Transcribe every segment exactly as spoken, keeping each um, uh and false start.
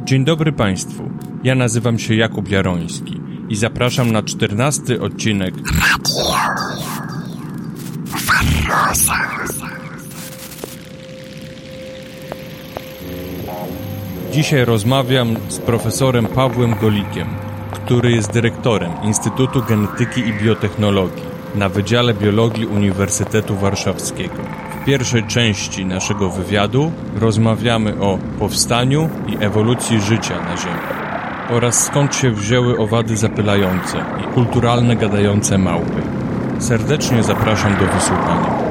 Dzień dobry Państwu, ja nazywam się Jakub Jaroński i zapraszam na czternasty odcinek Dzisiaj rozmawiam z profesorem Pawłem Golikiem, który jest dyrektorem Instytutu Genetyki i Biotechnologii na Wydziale Biologii Uniwersytetu Warszawskiego. W pierwszej części naszego wywiadu rozmawiamy o powstaniu i ewolucji życia na Ziemi oraz skąd się wzięły owady zapylające i kulturalne gadające małpy. Serdecznie zapraszam do wysłuchania.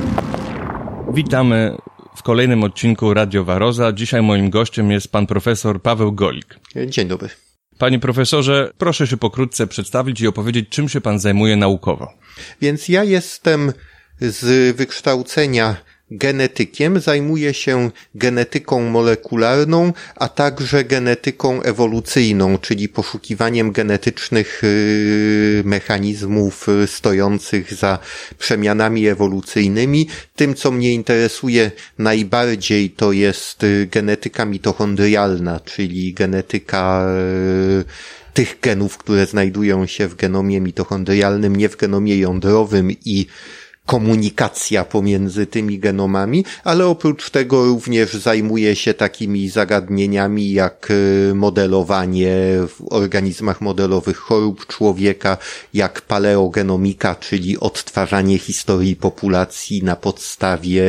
Witamy w kolejnym odcinku Radio Waroza. Dzisiaj moim gościem jest pan profesor Paweł Golik. Dzień dobry. Panie profesorze, proszę się pokrótce przedstawić i opowiedzieć, czym się pan zajmuje naukowo. Więc ja jestem z wykształcenia genetykiem, zajmuję się genetyką molekularną, a także genetyką ewolucyjną, czyli poszukiwaniem genetycznych mechanizmów stojących za przemianami ewolucyjnymi. Tym, co mnie interesuje najbardziej, to jest genetyka mitochondrialna, czyli genetyka tych genów, które znajdują się w genomie mitochondrialnym, nie w genomie jądrowym i komunikacja pomiędzy tymi genomami, ale oprócz tego również zajmuję się takimi zagadnieniami jak modelowanie w organizmach modelowych chorób człowieka, jak paleogenomika, czyli odtwarzanie historii populacji na podstawie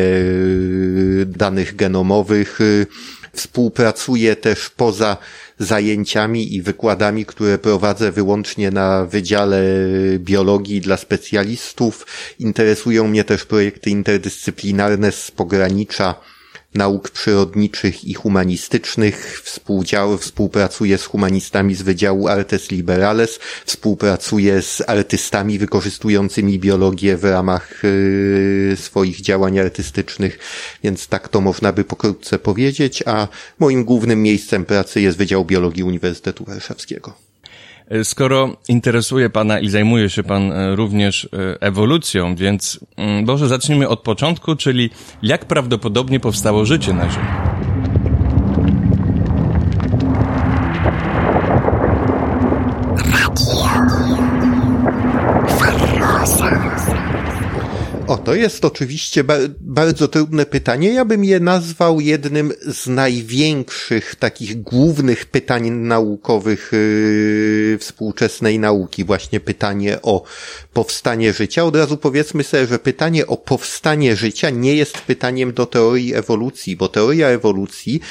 danych genomowych. Współpracuję też poza zajęciami i wykładami, które prowadzę wyłącznie na Wydziale Biologii dla specjalistów. Interesują mnie też projekty interdyscyplinarne z pogranicza nauk przyrodniczych i humanistycznych. Współdział, współpracuję z humanistami z Wydziału Artes Liberales, współpracuję z artystami wykorzystującymi biologię w ramach yy, swoich działań artystycznych, więc tak to można by pokrótce powiedzieć, a moim głównym miejscem pracy jest Wydział Biologii Uniwersytetu Warszawskiego. Skoro interesuje pana i zajmuje się pan również ewolucją, więc może zacznijmy od początku, czyli jak prawdopodobnie powstało życie na Ziemi? O, to jest oczywiście ba- bardzo trudne pytanie. Ja bym je nazwał jednym z największych, takich głównych pytań naukowych yy, współczesnej nauki. Właśnie pytanie o powstanie życia. Od razu powiedzmy sobie, że pytanie o powstanie życia nie jest pytaniem do teorii ewolucji, bo teoria ewolucji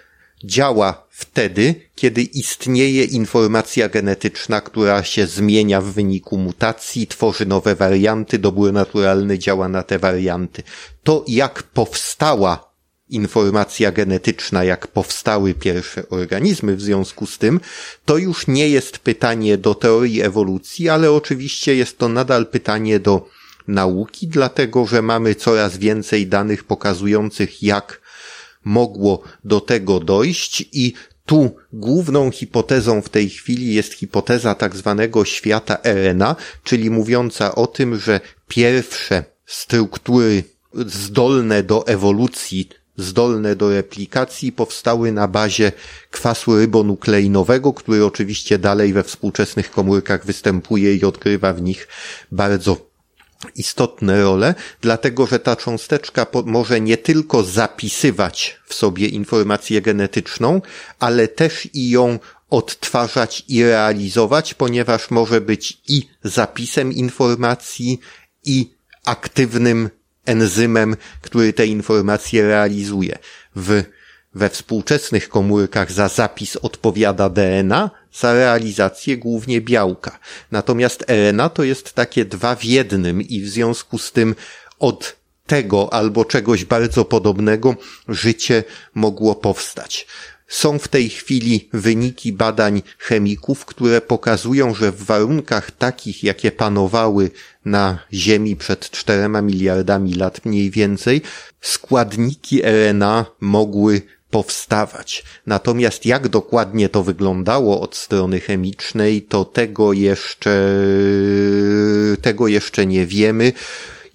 działa wtedy, kiedy istnieje informacja genetyczna, która się zmienia w wyniku mutacji, tworzy nowe warianty, dobór naturalny działa na te warianty. To, jak powstała informacja genetyczna, jak powstały pierwsze organizmy w związku z tym, to już nie jest pytanie do teorii ewolucji, ale oczywiście jest to nadal pytanie do nauki, dlatego że mamy coraz więcej danych pokazujących, jak mogło do tego dojść i tu główną hipotezą w tej chwili jest hipoteza tak zwanego świata R N A, czyli mówiąca o tym, że pierwsze struktury zdolne do ewolucji, zdolne do replikacji powstały na bazie kwasu rybonukleinowego, który oczywiście dalej we współczesnych komórkach występuje i odgrywa w nich bardzo istotne role, dlatego że ta cząsteczka po- może nie tylko zapisywać w sobie informację genetyczną, ale też i ją odtwarzać i realizować, ponieważ może być i zapisem informacji, i aktywnym enzymem, który te informacje realizuje. W We współczesnych komórkach za zapis odpowiada D N A, za realizację głównie białka. Natomiast R N A to jest takie dwa w jednym i w związku z tym od tego albo czegoś bardzo podobnego życie mogło powstać. Są w tej chwili wyniki badań chemików, które pokazują, że w warunkach takich, jakie panowały na Ziemi przed czterema miliardami lat mniej więcej, składniki R N A mogły powstawać. Natomiast jak dokładnie to wyglądało od strony chemicznej, to tego jeszcze, tego jeszcze nie wiemy.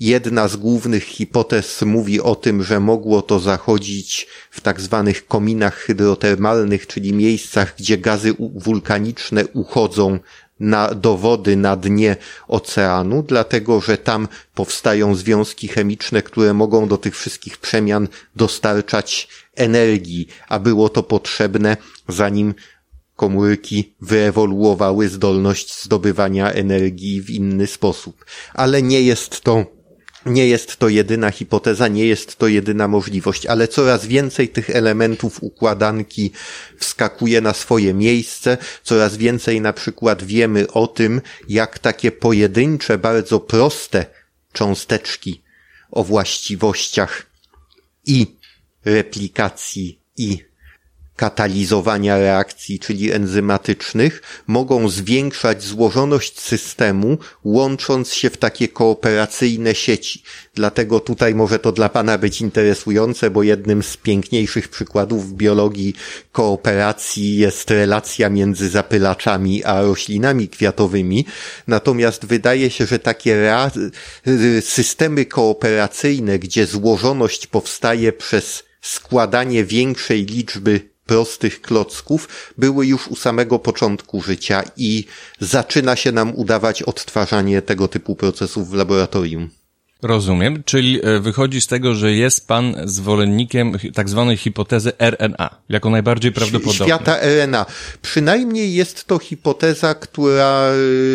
jedna z głównych hipotez mówi o tym, że mogło to zachodzić w tak zwanych kominach hydrotermalnych, czyli miejscach, gdzie gazy wulkaniczne uchodzą na, do wody na dnie oceanu, dlatego że tam powstają związki chemiczne, które mogą do tych wszystkich przemian dostarczać energii, a było to potrzebne, zanim komórki wyewoluowały zdolność zdobywania energii w inny sposób. Ale nie jest to Nie jest to jedyna hipoteza, nie jest to jedyna możliwość, ale coraz więcej tych elementów układanki wskakuje na swoje miejsce, coraz więcej na przykład wiemy o tym, jak takie pojedyncze, bardzo proste cząsteczki o właściwościach i replikacji, i katalizowania reakcji, czyli enzymatycznych, mogą zwiększać złożoność systemu, łącząc się w takie kooperacyjne sieci. Dlatego tutaj może to dla Pana być interesujące, bo jednym z piękniejszych przykładów w biologii kooperacji jest relacja między zapylaczami a roślinami kwiatowymi. Natomiast wydaje się, że takie systemy kooperacyjne, gdzie złożoność powstaje przez składanie większej liczby prostych klocków, były już u samego początku życia i zaczyna się nam udawać odtwarzanie tego typu procesów w laboratorium. Rozumiem, czyli wychodzi z tego, że jest pan zwolennikiem tak zwanej hipotezy R N A, jako najbardziej prawdopodobna. Świata R N A. Przynajmniej jest to hipoteza, która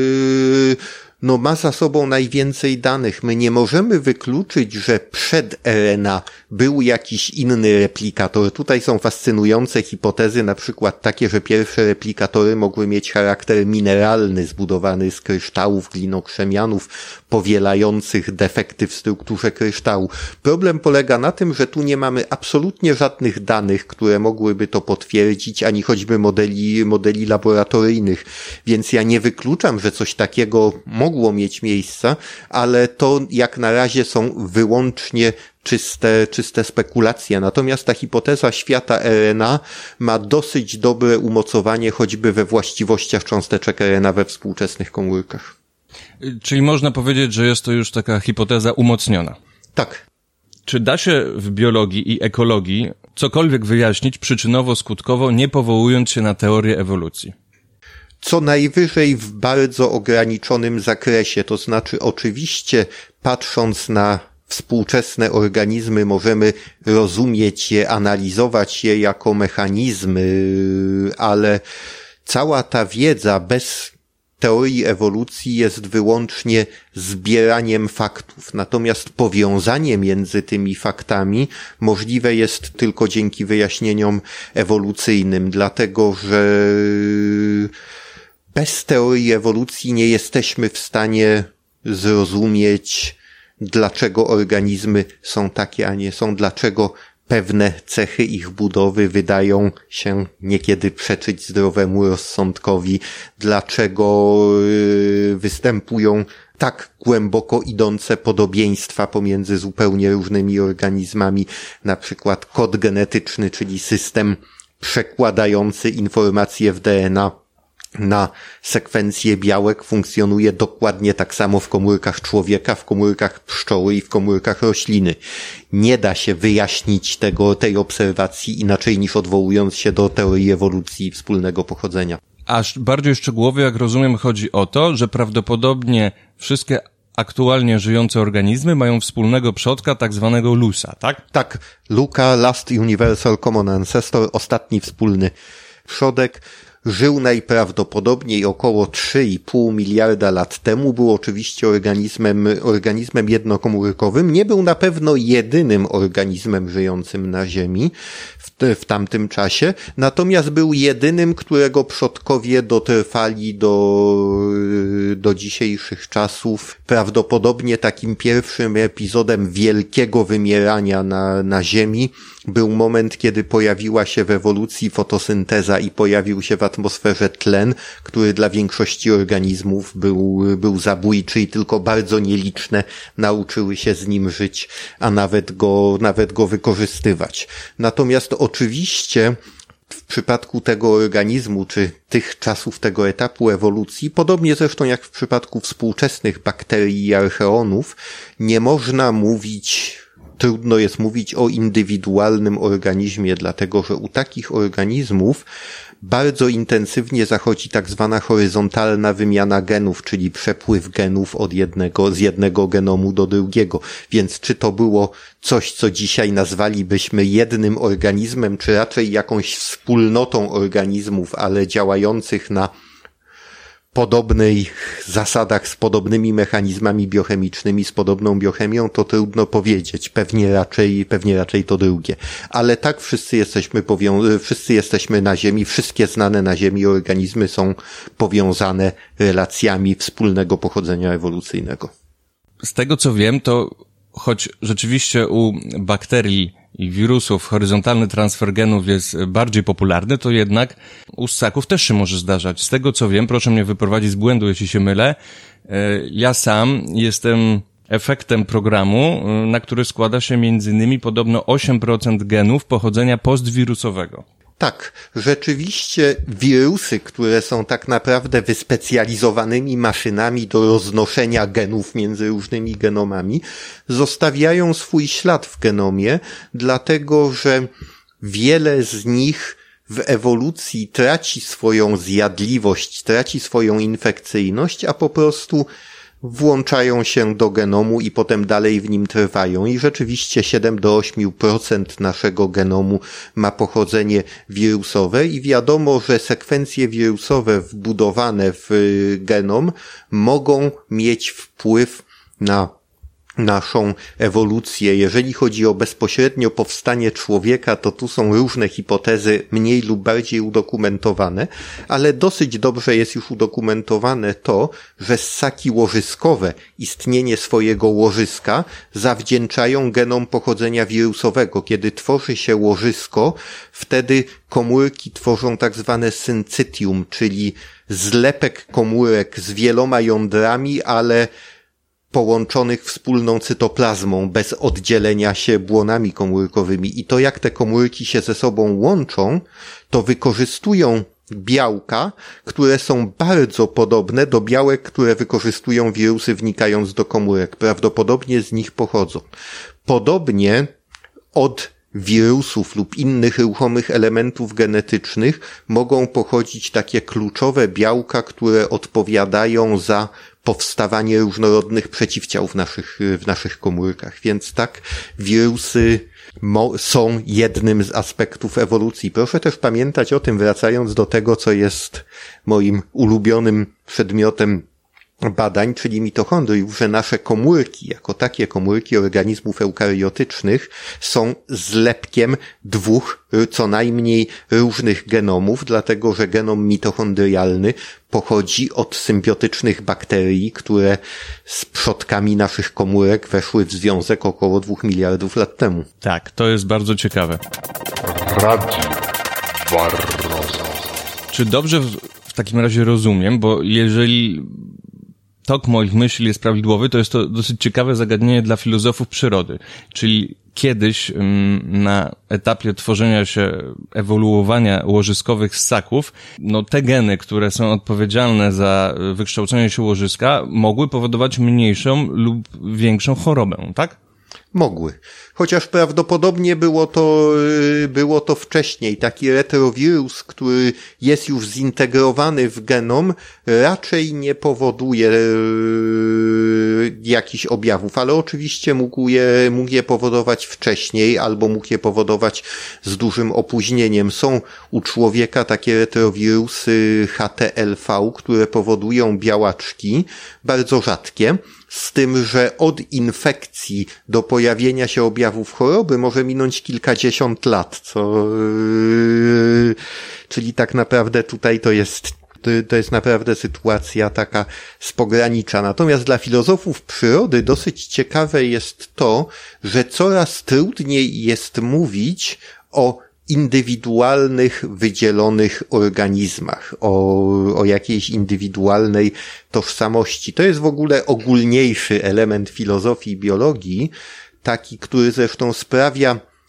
no ma za sobą najwięcej danych. My nie możemy wykluczyć, że przed R N A był jakiś inny replikator. Tutaj są fascynujące hipotezy, na przykład takie, że pierwsze replikatory mogły mieć charakter mineralny, zbudowany z kryształów, glinokrzemianów, powielających defekty w strukturze kryształu. Problem polega na tym, że tu nie mamy absolutnie żadnych danych, które mogłyby to potwierdzić, ani choćby modeli, modeli laboratoryjnych, więc ja nie wykluczam, że coś takiego mogło mieć miejsce, ale to jak na razie są wyłącznie czyste, czyste spekulacje. Natomiast ta hipoteza świata R N A ma dosyć dobre umocowanie choćby we właściwościach cząsteczek R N A we współczesnych komórkach. Czyli można powiedzieć, że jest to już taka hipoteza umocniona. Tak. Czy da się w biologii i ekologii cokolwiek wyjaśnić przyczynowo-skutkowo, nie powołując się na teorię ewolucji? Co najwyżej w bardzo ograniczonym zakresie, to znaczy oczywiście patrząc na współczesne organizmy możemy rozumieć je, analizować je jako mechanizmy, ale cała ta wiedza bez teorii ewolucji jest wyłącznie zbieraniem faktów. Natomiast powiązanie między tymi faktami możliwe jest tylko dzięki wyjaśnieniom ewolucyjnym, dlatego że bez teorii ewolucji nie jesteśmy w stanie zrozumieć, dlaczego organizmy są takie, a nie są, dlaczego pewne cechy ich budowy wydają się niekiedy przeczyć zdrowemu rozsądkowi, dlaczego występują tak głęboko idące podobieństwa pomiędzy zupełnie różnymi organizmami, na przykład kod genetyczny, czyli system przekładający informacje w D N A na sekwencję białek funkcjonuje dokładnie tak samo w komórkach człowieka, w komórkach pszczoły i w komórkach rośliny. Nie da się wyjaśnić tego, tej obserwacji inaczej niż odwołując się do teorii ewolucji wspólnego pochodzenia. Aż bardziej szczegółowo, jak rozumiem, chodzi o to, że prawdopodobnie wszystkie aktualnie żyjące organizmy mają wspólnego przodka, tak zwanego lusa, tak? Tak, Luca, Last Universal Common Ancestor, ostatni wspólny przodek. Żył najprawdopodobniej około trzy i pół miliarda lat temu, był oczywiście organizmem, organizmem jednokomórkowym, nie był na pewno jedynym organizmem żyjącym na Ziemi w, w tamtym czasie, natomiast był jedynym, którego przodkowie dotrwali do, do dzisiejszych czasów. Prawdopodobnie takim pierwszym epizodem wielkiego wymierania na, na Ziemi był moment, kiedy pojawiła się w ewolucji fotosynteza i pojawił się w atmosferze tlen, który dla większości organizmów był, był zabójczy i tylko bardzo nieliczne nauczyły się z nim żyć, a nawet go, nawet go wykorzystywać. Natomiast oczywiście w przypadku tego organizmu, czy tych czasów tego etapu ewolucji, podobnie zresztą jak w przypadku współczesnych bakterii i archeonów, nie można mówić, trudno jest mówić o indywidualnym organizmie, dlatego że u takich organizmów bardzo intensywnie zachodzi tak zwana horyzontalna wymiana genów, czyli przepływ genów od jednego, z jednego genomu do drugiego. Więc czy to było coś, co dzisiaj nazwalibyśmy jednym organizmem, czy raczej jakąś wspólnotą organizmów, ale działających na podobnych zasadach, z podobnymi mechanizmami biochemicznymi, z podobną biochemią, to trudno powiedzieć. Pewnie raczej, pewnie raczej to drugie. Ale tak wszyscy jesteśmy powią- wszyscy jesteśmy na Ziemi, wszystkie znane na Ziemi organizmy są powiązane relacjami wspólnego pochodzenia ewolucyjnego. Z tego co wiem, to choć rzeczywiście u bakterii i wirusów horyzontalny transfer genów jest bardziej popularny, to jednak u ssaków też się może zdarzać. Z tego co wiem, proszę mnie wyprowadzić z błędu, jeśli się mylę, ja sam jestem efektem programu, na który składa się między innymi podobno osiem procent genów pochodzenia postwirusowego. Tak, rzeczywiście wirusy, które są tak naprawdę wyspecjalizowanymi maszynami do roznoszenia genów między różnymi genomami, zostawiają swój ślad w genomie, dlatego że wiele z nich w ewolucji traci swoją zjadliwość, traci swoją infekcyjność, a po prostu włączają się do genomu i potem dalej w nim trwają. I rzeczywiście siedem do ośmiu procent naszego genomu ma pochodzenie wirusowe i wiadomo, że sekwencje wirusowe wbudowane w genom mogą mieć wpływ na naszą ewolucję. Jeżeli chodzi o bezpośrednio powstanie człowieka, to tu są różne hipotezy mniej lub bardziej udokumentowane, ale dosyć dobrze jest już udokumentowane to, że ssaki łożyskowe istnienie swojego łożyska zawdzięczają genom pochodzenia wirusowego. Kiedy tworzy się łożysko, wtedy komórki tworzą tak zwane syncytium, czyli zlepek komórek z wieloma jądrami, ale połączonych wspólną cytoplazmą, bez oddzielenia się błonami komórkowymi. I to, jak te komórki się ze sobą łączą, to wykorzystują białka, które są bardzo podobne do białek, które wykorzystują wirusy wnikając do komórek. Prawdopodobnie z nich pochodzą. Podobnie od wirusów lub innych ruchomych elementów genetycznych mogą pochodzić takie kluczowe białka, które odpowiadają za powstawanie różnorodnych przeciwciał w naszych, w naszych komórkach. Więc tak, wirusy mo- są jednym z aspektów ewolucji. Proszę też pamiętać o tym, wracając do tego, co jest moim ulubionym przedmiotem badań, czyli mitochondriów, że nasze komórki, jako takie komórki organizmów eukariotycznych, są zlepkiem dwóch co najmniej różnych genomów, dlatego że genom mitochondrialny pochodzi od symbiotycznych bakterii, które z przodkami naszych komórek weszły w związek około dwóch miliardów lat temu. Tak, to jest bardzo ciekawe. Radio Barroso. Czy dobrze w, w takim razie rozumiem, bo jeżeli tok moich myśli jest prawidłowy, to jest to dosyć ciekawe zagadnienie dla filozofów przyrody. Czyli kiedyś na etapie tworzenia się, ewoluowania łożyskowych ssaków, no te geny, które są odpowiedzialne za wykształcenie się łożyska, mogły powodować mniejszą lub większą chorobę, tak? Mogły. Chociaż prawdopodobnie było to, było to wcześniej. Taki retrowirus, który jest już zintegrowany w genom, raczej nie powoduje jakichś objawów, ale oczywiście mógł je, mógł je powodować wcześniej, albo mógł je powodować z dużym opóźnieniem. Są u człowieka takie retrowirusy H T L V, które powodują białaczki, bardzo rzadkie, z tym, że od infekcji do pojawienia się objawów choroby może minąć kilkadziesiąt lat, co, yy, czyli tak naprawdę tutaj to jest, to, to jest naprawdę sytuacja taka z pogranicza. Natomiast dla filozofów przyrody dosyć ciekawe jest to, że coraz trudniej jest mówić o indywidualnych, wydzielonych organizmach, o, o jakiejś indywidualnej tożsamości. To jest w ogóle ogólniejszy element filozofii i biologii, taki, który zresztą sprawia,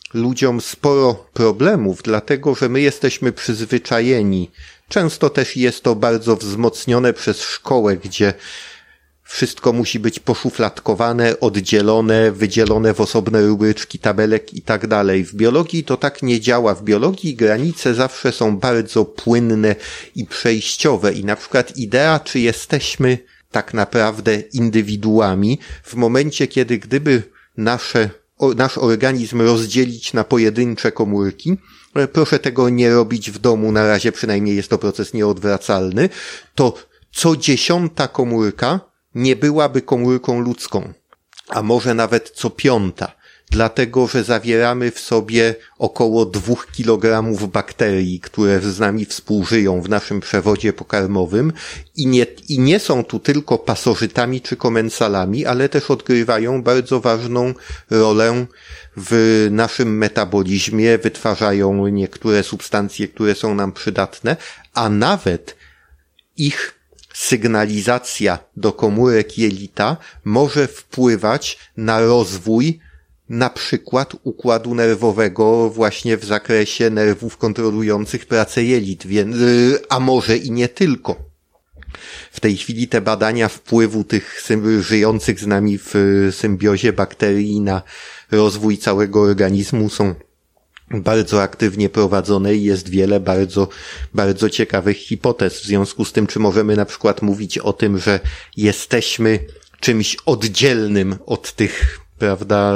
ludziom sporo problemów, dlatego że my jesteśmy przyzwyczajeni. Często też jest to bardzo wzmocnione przez szkołę, gdzie wszystko musi być poszufladkowane, oddzielone, wydzielone w osobne rubryczki, tabelek i tak dalej. W biologii to tak nie działa. W biologii granice zawsze są bardzo płynne i przejściowe i na przykład idea, czy jesteśmy tak naprawdę indywiduami, w momencie, kiedy gdyby nasze, o, nasz organizm rozdzielić na pojedyncze komórki, proszę tego nie robić w domu, na razie przynajmniej jest to proces nieodwracalny, to co dziesiąta komórka nie byłaby komórką ludzką, a może nawet co piąta, dlatego że zawieramy w sobie około dwóch kilogramów bakterii, które z nami współżyją w naszym przewodzie pokarmowym i nie, i nie są tu tylko pasożytami czy komensalami, ale też odgrywają bardzo ważną rolę w naszym metabolizmie, wytwarzają niektóre substancje, które są nam przydatne, a nawet ich sygnalizacja do komórek jelita może wpływać na rozwój na przykład układu nerwowego właśnie w zakresie nerwów kontrolujących pracę jelit, a może i nie tylko. W tej chwili te badania wpływu tych żyjących z nami w symbiozie bakterii na rozwój całego organizmu są bardzo aktywnie prowadzone i jest wiele bardzo, bardzo ciekawych hipotez. W związku z tym, czy możemy na przykład mówić o tym, że jesteśmy czymś oddzielnym od tych, prawda,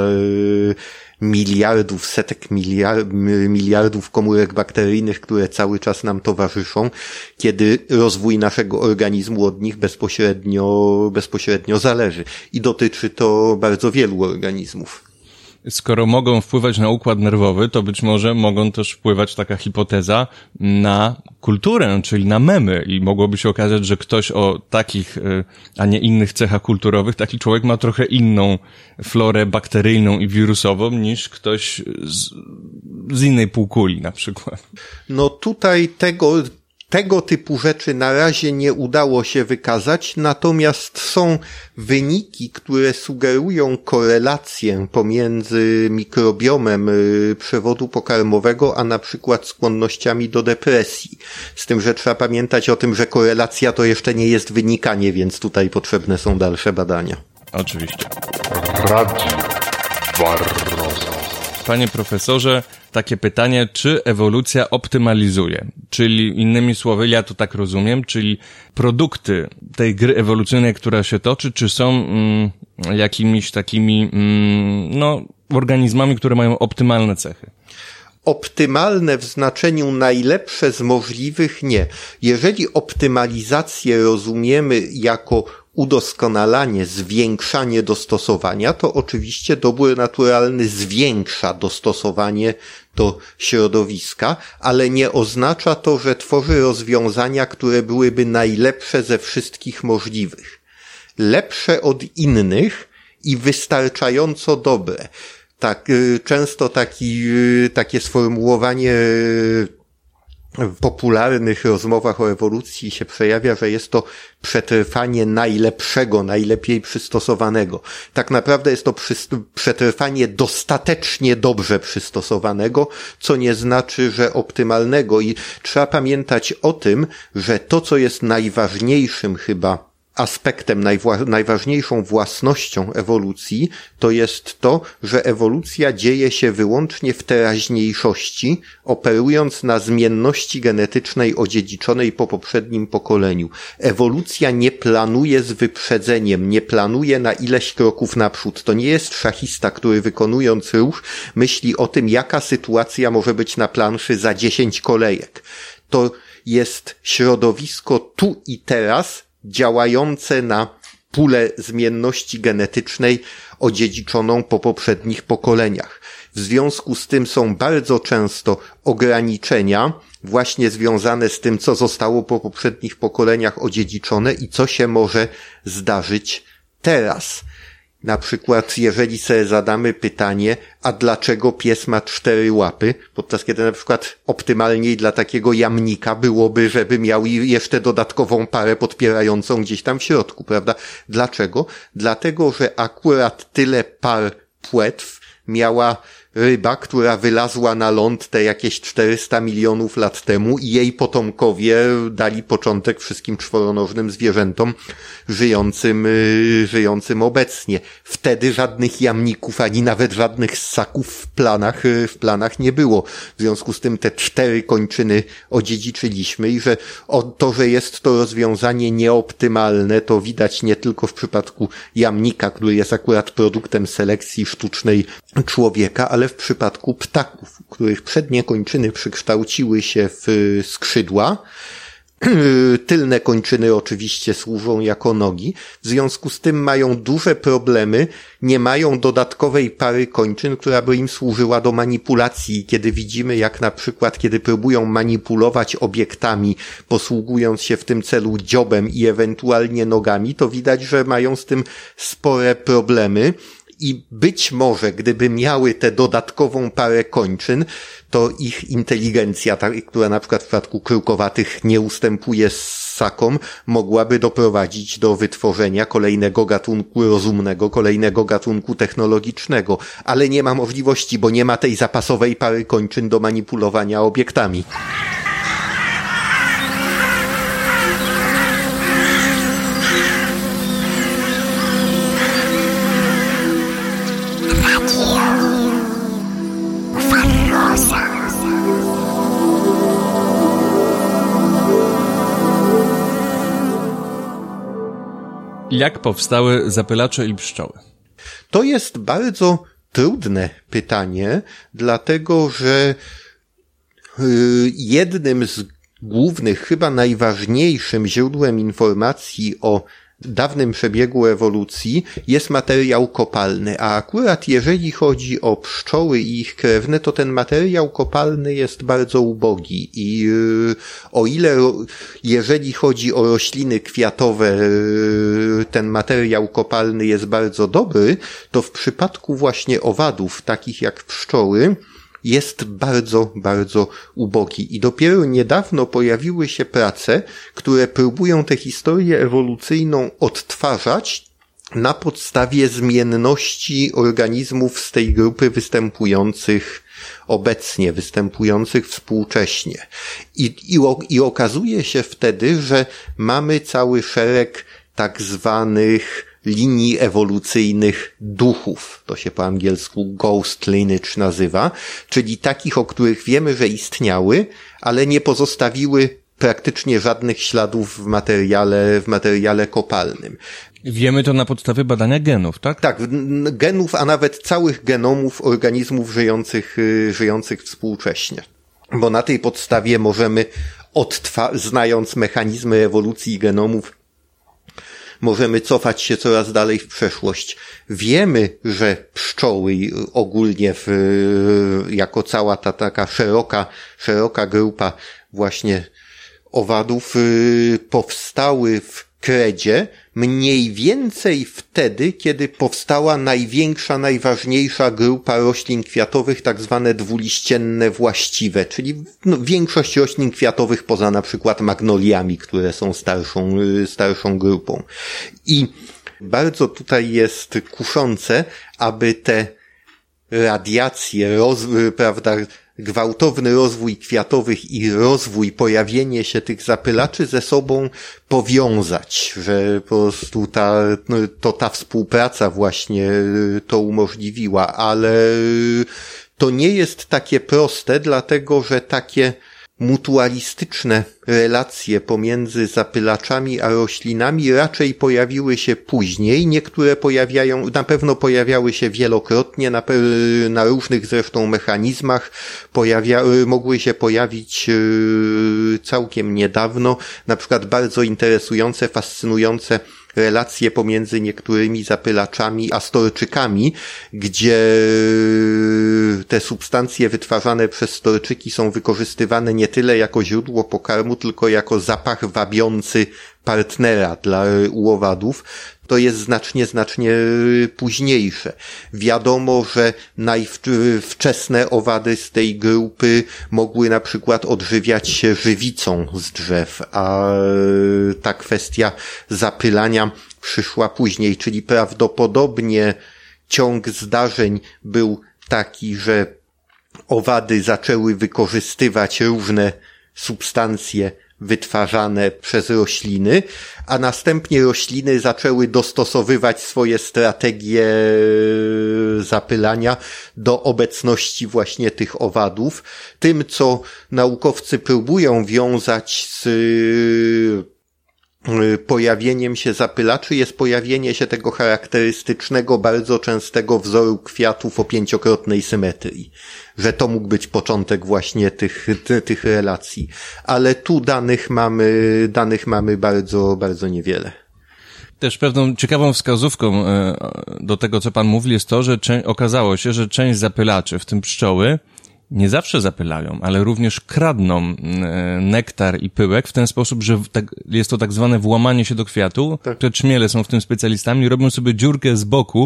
miliardów, setek miliard, miliardów komórek bakteryjnych, które cały czas nam towarzyszą, kiedy rozwój naszego organizmu od nich bezpośrednio, bezpośrednio zależy. I dotyczy to bardzo wielu organizmów. Skoro mogą wpływać na układ nerwowy, to być może mogą też wpływać, taka hipoteza, na kulturę, czyli na memy i mogłoby się okazać, że ktoś o takich, a nie innych cechach kulturowych, taki człowiek ma trochę inną florę bakteryjną i wirusową niż ktoś z, z innej półkuli na przykład. No tutaj tego... Tego typu rzeczy na razie nie udało się wykazać, natomiast są wyniki, które sugerują korelację pomiędzy mikrobiomem przewodu pokarmowego, a na przykład skłonnościami do depresji. Z tym, że trzeba pamiętać o tym, że korelacja to jeszcze nie jest wynikanie, więc tutaj potrzebne są dalsze badania. Oczywiście. Radio Barroso. Panie profesorze, takie pytanie, czy ewolucja optymalizuje? Czyli innymi słowy, ja to tak rozumiem, czyli produkty tej gry ewolucyjnej, która się toczy, czy są mm, jakimiś takimi, mm, no, organizmami, które mają optymalne cechy? Optymalne w znaczeniu najlepsze z możliwych nie. Jeżeli optymalizację rozumiemy jako udoskonalanie, zwiększanie dostosowania, to oczywiście dobór naturalny zwiększa dostosowanie do środowiska, ale nie oznacza to, że tworzy rozwiązania, które byłyby najlepsze ze wszystkich możliwych. Lepsze od innych i wystarczająco dobre. Tak, często taki, takie sformułowanie w popularnych rozmowach o ewolucji się przejawia, że jest to przetrwanie najlepszego, najlepiej przystosowanego. Tak naprawdę jest to przetrwanie dostatecznie dobrze przystosowanego, co nie znaczy, że optymalnego. I trzeba pamiętać o tym, że to, co jest najważniejszym chyba aspektem, najwa- najważniejszą własnością ewolucji, to jest to, że ewolucja dzieje się wyłącznie w teraźniejszości, operując na zmienności genetycznej odziedziczonej po poprzednim pokoleniu. Ewolucja nie planuje z wyprzedzeniem, nie planuje na ileś kroków naprzód. To nie jest szachista, który wykonując ruch myśli o tym, jaka sytuacja może być na planszy za dziesięć kolejek. To jest środowisko tu i teraz, działające na pulę zmienności genetycznej odziedziczoną po poprzednich pokoleniach. W związku z tym są bardzo często ograniczenia właśnie związane z tym, co zostało po poprzednich pokoleniach odziedziczone i co się może zdarzyć teraz. Na przykład, jeżeli sobie zadamy pytanie, a dlaczego pies ma cztery łapy, podczas kiedy na przykład optymalniej dla takiego jamnika byłoby, żeby miał jeszcze dodatkową parę podpierającą gdzieś tam w środku, prawda? Dlaczego? Dlatego, że akurat tyle par płetw miała ryba, która wylazła na ląd te jakieś czterysta milionów lat temu i jej potomkowie dali początek wszystkim czworonożnym zwierzętom żyjącym, żyjącym obecnie. Wtedy żadnych jamników, ani nawet żadnych ssaków w planach, w planach nie było. W związku z tym te cztery kończyny odziedziczyliśmy i że o to, że jest to rozwiązanie nieoptymalne, to widać nie tylko w przypadku jamnika, który jest akurat produktem selekcji sztucznej człowieka, ale w przypadku ptaków, których przednie kończyny przekształciły się w skrzydła. Tylne kończyny oczywiście służą jako nogi, w związku z tym mają duże problemy, nie mają dodatkowej pary kończyn, która by im służyła do manipulacji. Kiedy widzimy, jak na przykład, kiedy próbują manipulować obiektami, posługując się w tym celu dziobem i ewentualnie nogami, to widać, że mają z tym spore problemy. I być może, gdyby miały tę dodatkową parę kończyn, to ich inteligencja, ta, która na przykład w przypadku krukowatych nie ustępuje ssakom, mogłaby doprowadzić do wytworzenia kolejnego gatunku rozumnego, kolejnego gatunku technologicznego. Ale nie ma możliwości, bo nie ma tej zapasowej pary kończyn do manipulowania obiektami. Jak powstały zapylacze i pszczoły? To jest bardzo trudne pytanie, dlatego że jednym z głównych, chyba najważniejszym źródłem informacji o dawnym przebiegu ewolucji jest materiał kopalny, a akurat jeżeli chodzi o pszczoły i ich krewne, to ten materiał kopalny jest bardzo ubogi i yy, o ile jeżeli chodzi o rośliny kwiatowe yy, ten materiał kopalny jest bardzo dobry, to w przypadku właśnie owadów, takich jak pszczoły, jest bardzo, bardzo ubogi. I dopiero niedawno pojawiły się prace, które próbują tę historię ewolucyjną odtwarzać na podstawie zmienności organizmów z tej grupy występujących obecnie, występujących współcześnie. I, i, i okazuje się wtedy, że mamy cały szereg tak zwanych linii ewolucyjnych duchów. To się po angielsku ghost lineage nazywa, czyli takich, o których wiemy, że istniały, ale nie pozostawiły praktycznie żadnych śladów w materiale, w materiale kopalnym. Wiemy to na podstawie badania genów, tak? Tak, genów, a nawet całych genomów organizmów żyjących, żyjących współcześnie. Bo na tej podstawie możemy odtwa- znając mechanizmy ewolucji genomów, możemy cofać się coraz dalej w przeszłość. Wiemy, że pszczoły ogólnie w, jako cała ta taka szeroka, szeroka grupa właśnie owadów powstały w kredzie mniej więcej wtedy, kiedy powstała największa, najważniejsza grupa roślin kwiatowych, tak zwane dwuliścienne właściwe, czyli no, większość roślin kwiatowych poza na przykład magnoliami, które są starszą, starszą grupą. I bardzo tutaj jest kuszące, aby te radiacje, roz, prawda, gwałtowny rozwój kwiatowych i rozwój, pojawienie się tych zapylaczy ze sobą powiązać, że po prostu ta, to ta współpraca właśnie to umożliwiła, ale to nie jest takie proste, dlatego że takie mutualistyczne relacje pomiędzy zapylaczami a roślinami raczej pojawiły się później. Niektóre pojawiają, na pewno pojawiały się wielokrotnie, na, pe- na różnych zresztą mechanizmach, pojawia, mogły się pojawić yy, całkiem niedawno. Na przykład bardzo interesujące, fascynujące relacje pomiędzy niektórymi zapylaczami a storczykami, gdzie te substancje wytwarzane przez storczyki są wykorzystywane nie tyle jako źródło pokarmu, tylko jako zapach wabiący partnera dla u owadów. To jest znacznie, znacznie późniejsze. Wiadomo, że najwczesne owady z tej grupy mogły na przykład odżywiać się żywicą z drzew, a ta kwestia zapylania przyszła później, czyli prawdopodobnie ciąg zdarzeń był taki, że owady zaczęły wykorzystywać różne substancje wytwarzane przez rośliny, a następnie rośliny zaczęły dostosowywać swoje strategie zapylania do obecności właśnie tych owadów. Tym, co naukowcy próbują wiązać z pojawieniem się zapylaczy, jest pojawienie się tego charakterystycznego, bardzo częstego wzoru kwiatów o pięciokrotnej symetrii. Że to mógł być początek właśnie tych, ty, tych relacji. Ale tu danych mamy, danych mamy bardzo, bardzo niewiele. Też pewną ciekawą wskazówką do tego, co pan mówi, jest to, że cze- okazało się, że część zapylaczy, w tym pszczoły, nie zawsze zapylają, ale również kradną nektar i pyłek w ten sposób, że tak, jest to tak zwane włamanie się do kwiatu. Tak. Te czmiele są w tym specjalistami, robią sobie dziurkę z boku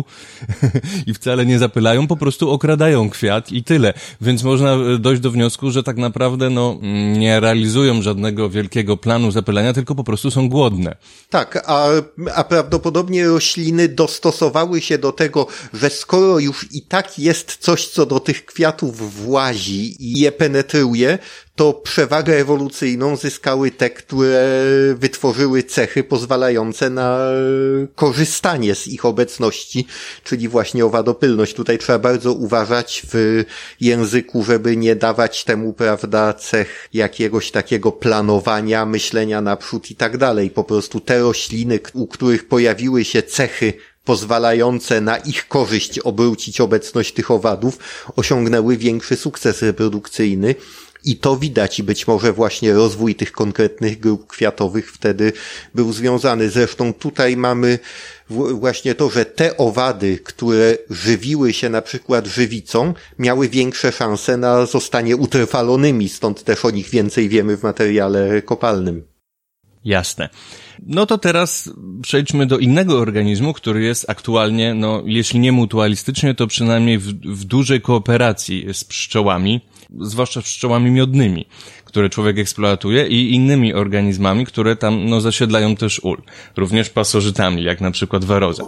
i wcale nie zapylają, po prostu okradają kwiat i tyle. Więc można dojść do wniosku, że tak naprawdę no nie realizują żadnego wielkiego planu zapylania, tylko po prostu są głodne. Tak, a, a prawdopodobnie rośliny dostosowały się do tego, że skoro już i tak jest coś, co do tych kwiatów włazi i je penetruje, to przewagę ewolucyjną zyskały te, które wytworzyły cechy pozwalające na korzystanie z ich obecności, czyli właśnie owadopylność. Tutaj trzeba bardzo uważać w języku, żeby nie dawać temu, prawda, cech jakiegoś takiego planowania, myślenia naprzód i tak dalej. Po prostu te rośliny, u których pojawiły się cechy pozwalające na ich korzyść obrócić obecność tych owadów, osiągnęły większy sukces reprodukcyjny i to widać i być może właśnie rozwój tych konkretnych grup kwiatowych wtedy był związany. Zresztą tutaj mamy właśnie to, że te owady, które żywiły się na przykład żywicą, miały większe szanse na zostanie utrwalonymi, stąd też o nich więcej wiemy w materiale kopalnym. Jasne. No to teraz przejdźmy do innego organizmu, który jest aktualnie, no jeśli nie mutualistycznie, to przynajmniej w, w dużej kooperacji z pszczołami, zwłaszcza z pszczołami miodnymi, które człowiek eksploatuje i innymi organizmami, które tam no zasiedlają też ul. Również pasożytami, jak na przykład waroza.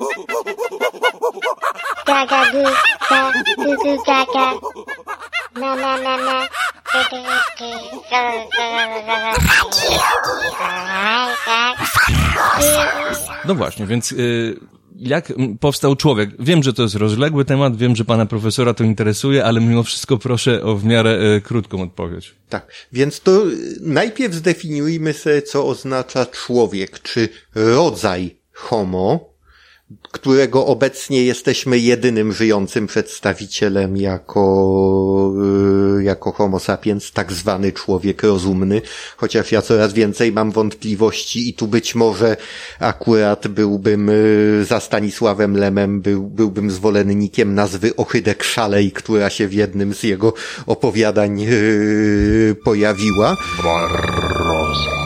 Gaga, gu, ga, gu, gu, gaga. Na, na, na, na. No właśnie, więc yy, jak powstał człowiek? Wiem, że to jest rozległy temat, wiem, że pana profesora to interesuje, ale mimo wszystko proszę o w miarę yy, krótką odpowiedź. Tak, więc to najpierw zdefiniujmy sobie, co oznacza człowiek, czy rodzaj homo, którego obecnie jesteśmy jedynym żyjącym przedstawicielem jako, jako homo sapiens, tak zwany człowiek rozumny, chociaż ja coraz więcej mam wątpliwości i tu być może akurat byłbym za Stanisławem Lemem, był, byłbym zwolennikiem nazwy Ochydek Szalej, która się w jednym z jego opowiadań yy, pojawiła. Barroza.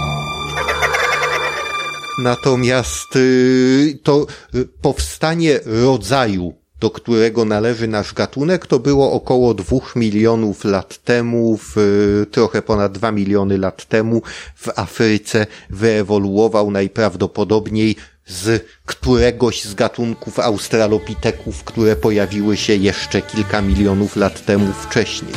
Natomiast to powstanie rodzaju, do którego należy nasz gatunek, to było około dwóch milionów lat temu, w, trochę ponad dwa miliony lat temu w Afryce wyewoluował najprawdopodobniej z któregoś z gatunków australopiteków, które pojawiły się jeszcze kilka milionów lat temu wcześniej.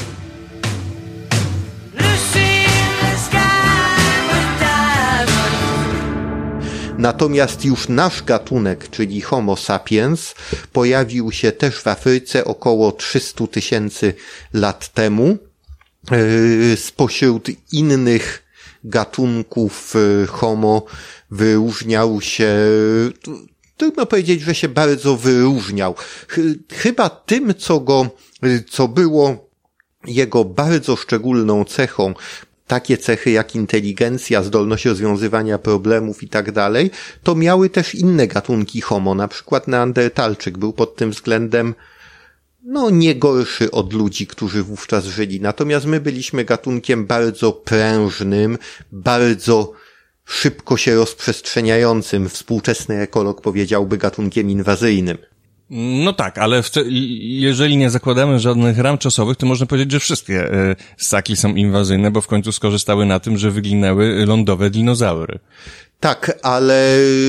Natomiast już nasz gatunek, czyli Homo sapiens, pojawił się też w Afryce około trzysta tysięcy lat temu. Spośród innych gatunków Homo wyróżniał się, trudno powiedzieć, że się bardzo wyróżniał. Chyba tym, co go, co było jego bardzo szczególną cechą, takie cechy jak inteligencja, zdolność rozwiązywania problemów i tak dalej, to miały też inne gatunki homo, na przykład neandertalczyk był pod tym względem no nie gorszy od ludzi, którzy wówczas żyli. Natomiast my byliśmy gatunkiem bardzo prężnym, bardzo szybko się rozprzestrzeniającym. Współczesny ekolog powiedziałby gatunkiem inwazyjnym. No tak, ale w te, jeżeli nie zakładamy żadnych ram czasowych, to można powiedzieć, że wszystkie y, ssaki są inwazyjne, bo w końcu skorzystały na tym, że wyginęły lądowe dinozaury. Tak, ale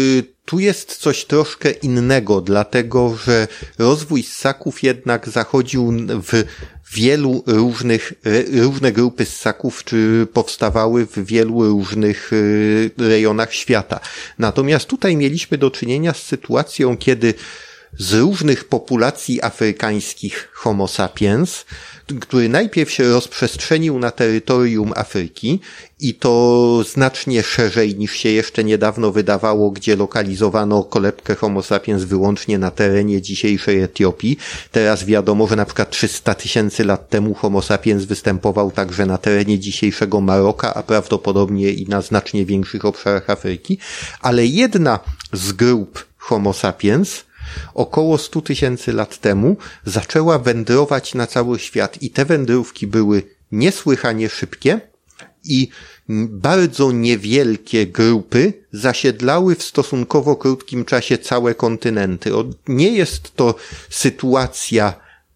tu jest coś troszkę innego, dlatego że rozwój ssaków jednak zachodził w wielu różnych, różne grupy ssaków czy powstawały w wielu różnych rejonach świata. Natomiast tutaj mieliśmy do czynienia z sytuacją, kiedy z różnych populacji afrykańskich Homo sapiens, który najpierw się rozprzestrzenił na terytorium Afryki i to znacznie szerzej niż się jeszcze niedawno wydawało, gdzie lokalizowano kolebkę Homo sapiens wyłącznie na terenie dzisiejszej Etiopii. Teraz wiadomo, że na przykład trzysta tysięcy lat temu Homo sapiens występował także na terenie dzisiejszego Maroka, a prawdopodobnie i na znacznie większych obszarach Afryki. Ale jedna z grup Homo sapiens około stu tysięcy lat temu zaczęła wędrować na cały świat i te wędrówki były niesłychanie szybkie i bardzo niewielkie grupy zasiedlały w stosunkowo krótkim czasie całe kontynenty. Nie jest to sytuacja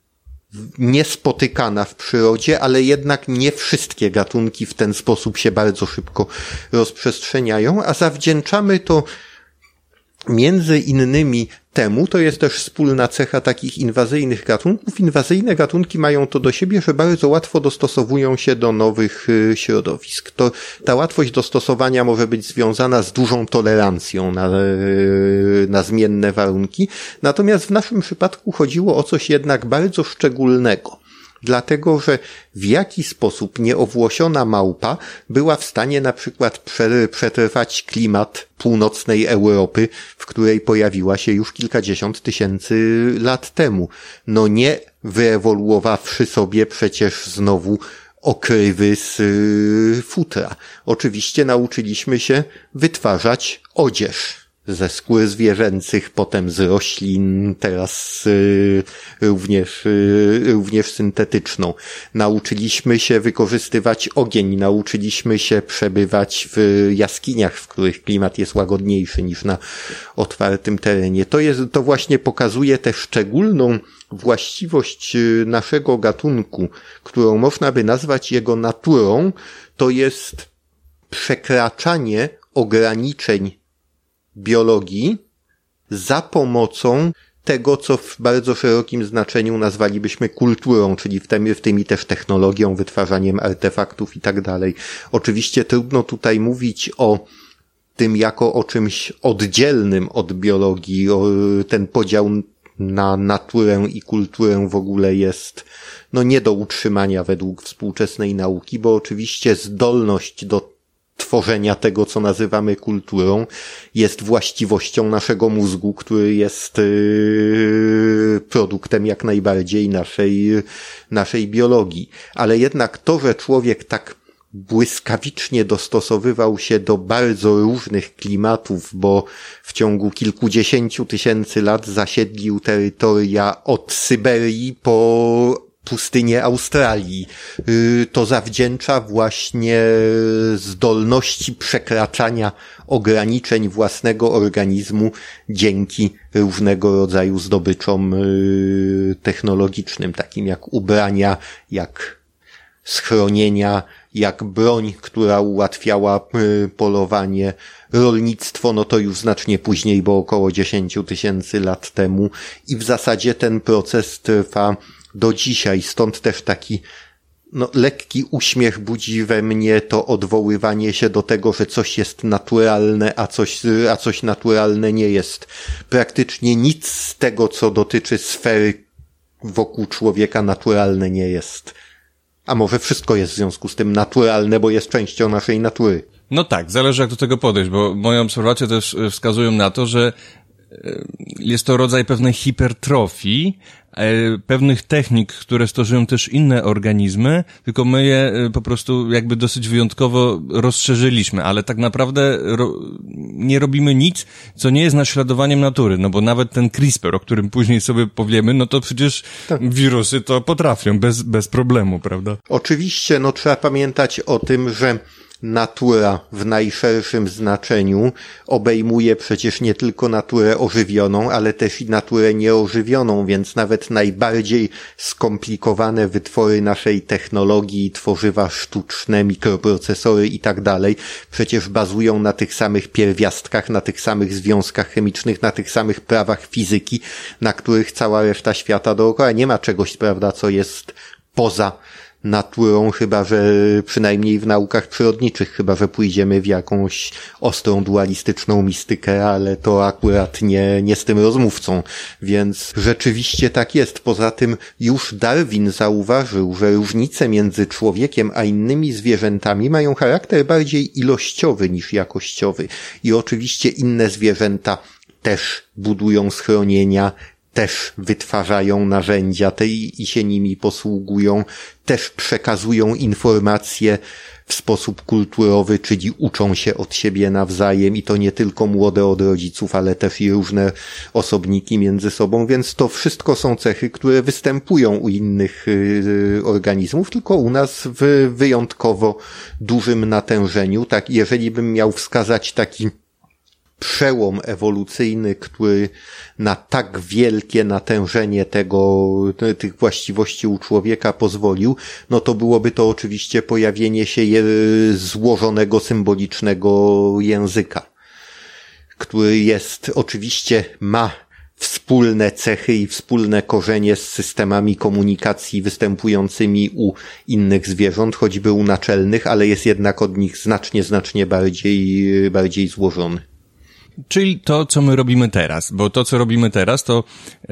niespotykana w przyrodzie, ale jednak nie wszystkie gatunki w ten sposób się bardzo szybko rozprzestrzeniają, a zawdzięczamy to między innymi temu, to jest też wspólna cecha takich inwazyjnych gatunków. Inwazyjne gatunki mają to do siebie, że bardzo łatwo dostosowują się do nowych środowisk. To, ta łatwość dostosowania może być związana z dużą tolerancją na, na zmienne warunki. Natomiast w naszym przypadku chodziło o coś jednak bardzo szczególnego. Dlatego, że w jaki sposób nieowłosiona małpa była w stanie na przykład przetrwać klimat północnej Europy, w której pojawiła się już kilkadziesiąt tysięcy lat temu. No nie wyewoluowawszy sobie przecież znowu okrywy z futra. Oczywiście nauczyliśmy się wytwarzać odzież ze skór zwierzęcych, potem z roślin, teraz y, również, y, również syntetyczną. Nauczyliśmy się wykorzystywać ogień, nauczyliśmy się przebywać w jaskiniach, w których klimat jest łagodniejszy niż na otwartym terenie. To jest, to właśnie pokazuje tę szczególną właściwość naszego gatunku, którą można by nazwać jego naturą, to jest przekraczanie ograniczeń biologii za pomocą tego, co w bardzo szerokim znaczeniu nazwalibyśmy kulturą, czyli w tym, w tymi też technologią, wytwarzaniem artefaktów i tak dalej. Oczywiście trudno tutaj mówić o tym jako o czymś oddzielnym od biologii. O, ten podział na naturę i kulturę w ogóle jest no nie do utrzymania według współczesnej nauki, bo oczywiście zdolność do tworzenia tego, co nazywamy kulturą, jest właściwością naszego mózgu, który jest yy, produktem jak najbardziej naszej, naszej biologii. Ale jednak to, że człowiek tak błyskawicznie dostosowywał się do bardzo różnych klimatów, bo w ciągu kilkudziesięciu tysięcy lat zasiedlił terytoria od Syberii po pustynię Australii. To zawdzięcza właśnie zdolności przekraczania ograniczeń własnego organizmu dzięki różnego rodzaju zdobyczom technologicznym, takim jak ubrania, jak schronienia, jak broń, która ułatwiała polowanie, rolnictwo, no to już znacznie później, bo około dziesięciu tysięcy lat temu i w zasadzie ten proces trwa do dzisiaj, stąd też taki no, lekki uśmiech budzi we mnie to odwoływanie się do tego, że coś jest naturalne, a coś, a coś naturalne nie jest. Praktycznie nic z tego, co dotyczy sfery wokół człowieka, naturalne nie jest. A może wszystko jest w związku z tym naturalne, bo jest częścią naszej natury. No tak, zależy jak do tego podejść, bo moje obserwacje też wskazują na to, że jest to rodzaj pewnej hipertrofii, pewnych technik, które stosują też inne organizmy, tylko my je po prostu jakby dosyć wyjątkowo rozszerzyliśmy, ale tak naprawdę ro- nie robimy nic, co nie jest naśladowaniem natury, no bo nawet ten CRISPR, o którym później sobie powiemy, no to przecież tak. Wirusy to potrafią bez, bez problemu, prawda? Oczywiście, no trzeba pamiętać o tym, że natura w najszerszym znaczeniu obejmuje przecież nie tylko naturę ożywioną, ale też i naturę nieożywioną, więc nawet najbardziej skomplikowane wytwory naszej technologii, tworzywa sztuczne, mikroprocesory i tak dalej, przecież bazują na tych samych pierwiastkach, na tych samych związkach chemicznych, na tych samych prawach fizyki, na których cała reszta świata dookoła. Nie ma czegoś, prawda, co jest poza naturą, chyba że przynajmniej w naukach przyrodniczych, chyba że pójdziemy w jakąś ostrą dualistyczną mistykę, ale to akurat nie, nie z tym rozmówcą, więc rzeczywiście tak jest. Poza tym już Darwin zauważył, że różnice między człowiekiem a innymi zwierzętami mają charakter bardziej ilościowy niż jakościowy i oczywiście inne zwierzęta też budują schronienia, też wytwarzają narzędzia te i się nimi posługują, też przekazują informacje w sposób kulturowy, czyli uczą się od siebie nawzajem i to nie tylko młode od rodziców, ale też i różne osobniki między sobą, więc to wszystko są cechy, które występują u innych yy, organizmów, tylko u nas w wyjątkowo dużym natężeniu. Tak, jeżeli bym miał wskazać taki przełom ewolucyjny, który na tak wielkie natężenie tego, tych właściwości u człowieka pozwolił, no to byłoby to oczywiście pojawienie się je, złożonego, symbolicznego języka, który jest, oczywiście ma wspólne cechy i wspólne korzenie z systemami komunikacji występującymi u innych zwierząt, choćby u naczelnych, ale jest jednak od nich znacznie, znacznie bardziej, bardziej złożony. Czyli to, co my robimy teraz, bo to, co robimy teraz, to yy,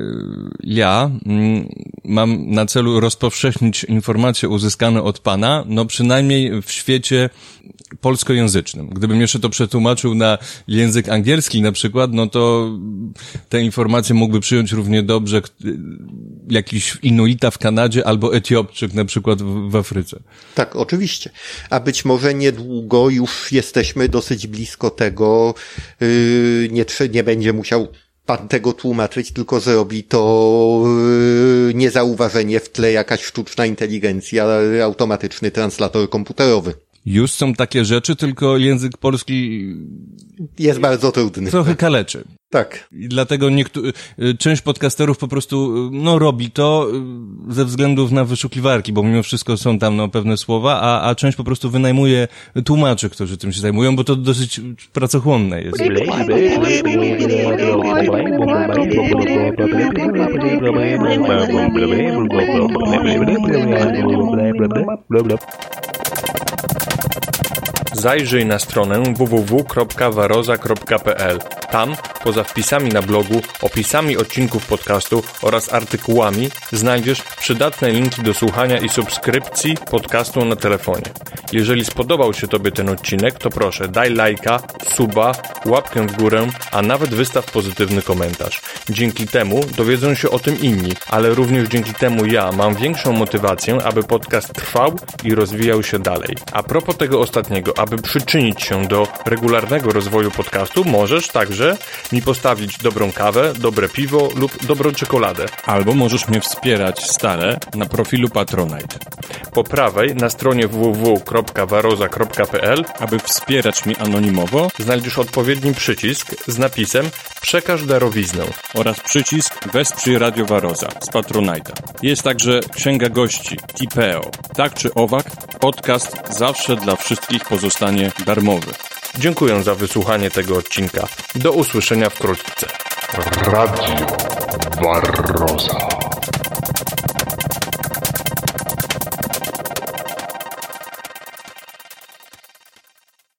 ja yy, mam na celu rozpowszechnić informacje uzyskane od pana, no przynajmniej w świecie polskojęzycznym. Gdybym jeszcze to przetłumaczył na język angielski na przykład, no to te informacje mógłby przyjąć równie dobrze jakiś Inuita w Kanadzie albo Etiopczyk na przykład w, w Afryce. Tak, oczywiście. A być może niedługo już jesteśmy dosyć blisko tego, yy, nie, nie będzie musiał pan tego tłumaczyć, tylko zrobi to yy, niezauważenie w tle jakaś sztuczna inteligencja, automatyczny translator komputerowy. Już są takie rzeczy, tylko język polski jest bardzo trudny. Trochę kaleczy. Tak. I dlatego niektóry, część podcasterów po prostu, no, robi to ze względów na wyszukiwarki, bo mimo wszystko są tam, no, pewne słowa, a, a część po prostu wynajmuje tłumaczy, którzy tym się zajmują, bo to dosyć pracochłonne jest. Zajrzyj na stronę w w w kropka waroza kropka p l. Tam, poza wpisami na blogu, opisami odcinków podcastu oraz artykułami, znajdziesz przydatne linki do słuchania i subskrypcji podcastu na telefonie. Jeżeli spodobał się Tobie ten odcinek, to proszę, daj lajka, suba, łapkę w górę, a nawet wystaw pozytywny komentarz. Dzięki temu dowiedzą się o tym inni, ale również dzięki temu ja mam większą motywację, aby podcast trwał i rozwijał się dalej. A propos tego ostatniego, aby przyczynić się do regularnego rozwoju podcastu, możesz także mi postawić dobrą kawę, dobre piwo lub dobrą czekoladę. Albo możesz mnie wspierać stale na profilu Patronite. Po prawej na stronie w w w kropka waroza kropka p l, aby wspierać mnie anonimowo, znajdziesz odpowiedni przycisk z napisem Przekaż darowiznę oraz przycisk Wesprzyj Radio Waroza z Patronite'a. Jest także księga gości Tipeo. Tak czy owak, podcast zawsze dla wszystkich pozostanie darmowy. Dziękuję za wysłuchanie tego odcinka. Do usłyszenia wkrótce. Radio Waroza.